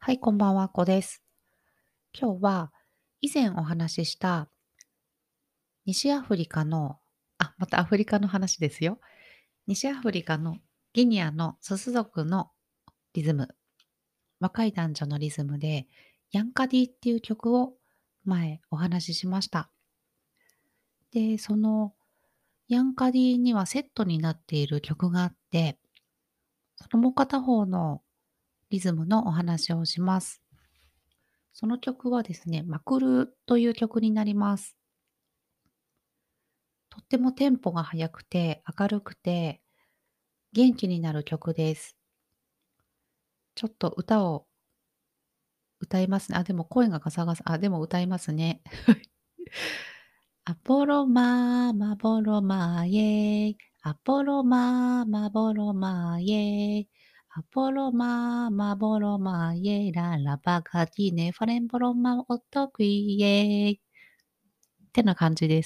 はい、こんばんは、こです。今日は以前お話しした西アフリカの、またアフリカの話ですよ。西アフリカのギニアのスス族のリズム、若い男女のリズムで、ヤンカディっていう曲を前お話ししました。で、そのヤンカディにはセットになっている曲があって、そのもう片方のリズムのお話をします。その曲はですね、マクルという曲になります。とってもテンポが速くて、明るくて、元気になる曲です。ちょっと歌を歌いますね。でも声がガサガサ。でも歌いますね。アポロマーマボロマーイェイ。アポロマーマボロマーイェイ。アポロマーマボロマーイェイ。ララバガディネファレンボロマオトクイエイ。ってな感じです。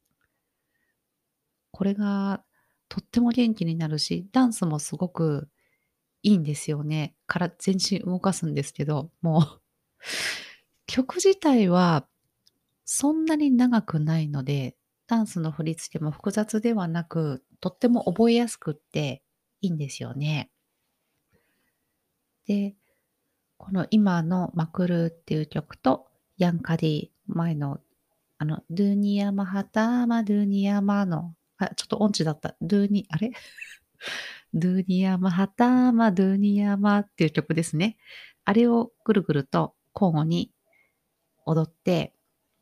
これがとっても元気になるし、ダンスもすごくいいんですよね。全身動かすんですけど、もう曲自体はそんなに長くないので、ダンスの振り付けも複雑ではなく、とっても覚えやすくっていいんですよね。で、この今のマクルーっていう曲と、ヤンカディ、前のドゥニヤマハターマドゥニヤマの、ちょっと音痴だった。あれドゥニヤマハターマドゥニヤマっていう曲ですね。あれをぐるぐると交互に踊って、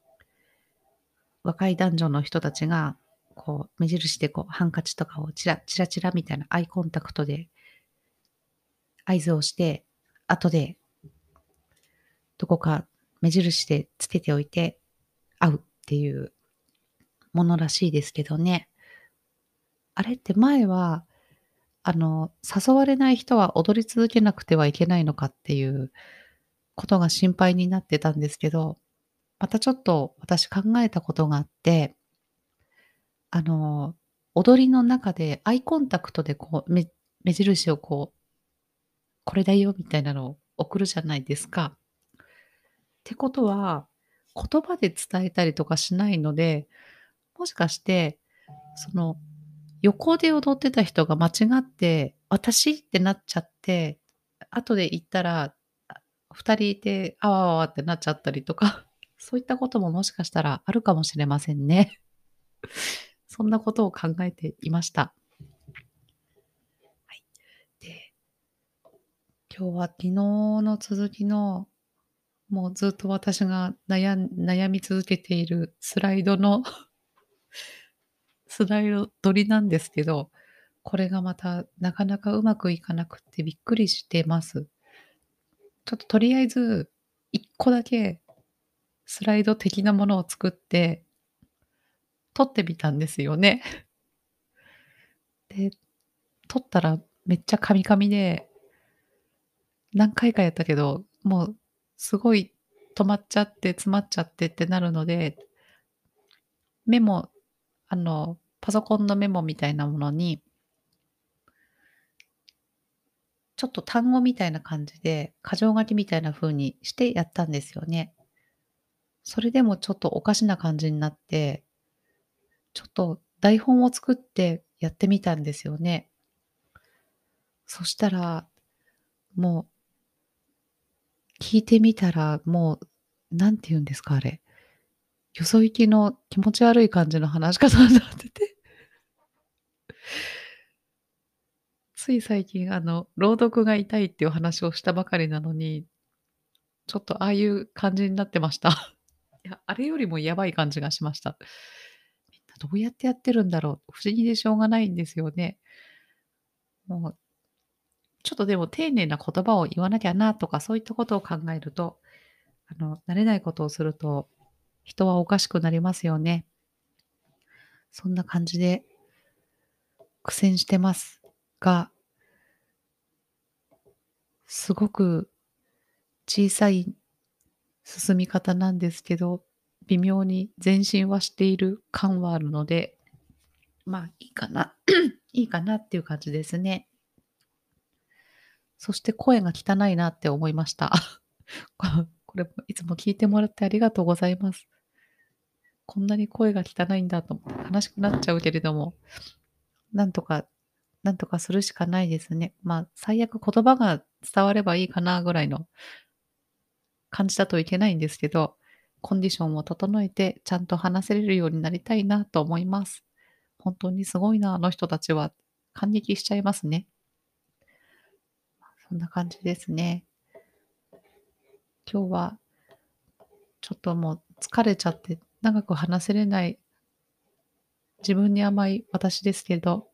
若い男女の人たちが、こう目印でハンカチとかをチラチラチラみたいなアイコンタクトで合図をして、後でどこか目印でつけておいて会うっていうものらしいですけどね。あれって前は、誘われない人は踊り続けなくてはいけないのかっていうことが心配になってたんですけど、またちょっと私考えたことがあって、あの、踊りの中でアイコンタクトで目印をこれだよみたいなのを送るじゃないですか。ってことは、言葉で伝えたりとかしないので、もしかして、その、横で踊ってた人が間違って、私ってなっちゃって、後で行ったら、2人いて、あわあわってなっちゃったりとか、そういったことももしかしたらあるかもしれませんね。そんなことを考えていました。はい。で、今日は昨日の続きの、もうずっと私が悩み続けているスライドのスライド取りなんですけど、これがまたなかなかうまくいかなくってびっくりしてます。ちょっととりあえず1個だけスライド的なものを作って撮ってみたんですよね。で、撮ったらめっちゃカミカミで、何回かやったけど、もうすごい止まっちゃって詰まっちゃってってなるので、メモパソコンのメモみたいなものに、ちょっと単語みたいな感じで、箇条書きみたいな風にしてやったんですよね。それでもちょっとおかしな感じになって、ちょっと台本を作ってやってみたんですよね。そしたら、もう聞いてみたら、もう、なんて言うんですか、あれ。よそ行きの気持ち悪い感じの話し方になってて、つい最近朗読が痛いっていう話をしたばかりなのに、ちょっとああいう感じになってました。いや、あれよりもやばい感じがしました。みんなどうやってやってるんだろう、不思議でしょうがないんですよね。もう、ちょっとでも丁寧な言葉を言わなきゃなとか、そういったことを考えると、慣れないことをすると、人はおかしくなりますよね。そんな感じで苦戦してますが、すごく小さい進み方なんですけど、微妙に前進はしている感はあるので、まあ、いいかないいかなっていう感じですね。 そして声が汚いなって思いました。これもいつも聞いてもらってありがとうございます。こんなに声が汚いんだと思って悲しくなっちゃうけれども、なんとかなんとかするしかないですね。最悪言葉が伝わればいいかなぐらいの感じだといけないんですけど、コンディションを整えてちゃんと話せれるようになりたいなと思います。本当にすごいな、あの人たちは。感激しちゃいますね。そんな感じですね。今日はちょっともう疲れちゃって長く話せれない自分に甘い私ですけど、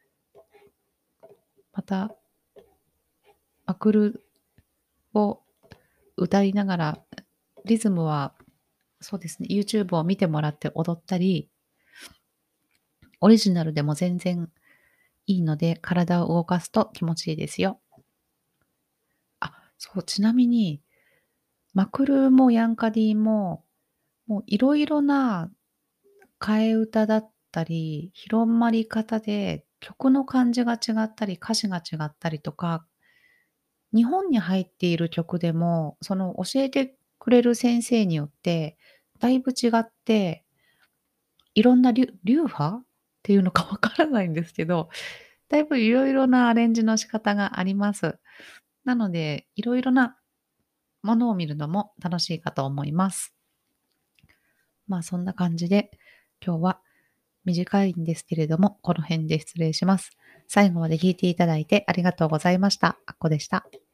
またマクルを歌いながら、リズムはそうですね、YouTube を見てもらって踊ったり、オリジナルでも全然いいので、体を動かすと気持ちいいですよ。そう、ちなみに、マクルもヤンカディも、もういろいろな替え歌だったり、広まり方で曲の感じが違ったり、歌詞が違ったりとか、日本に入っている曲でも、その教えてくれる先生によってだいぶ違って、いろんな流派っていうのかわからないんですけど、だいぶいろいろなアレンジの仕方があります。なので、いろいろなものを見るのも楽しいかと思います。そんな感じで、今日は短いんですけれども、この辺で失礼します。最後まで聞いていただいてありがとうございました。あっこでした。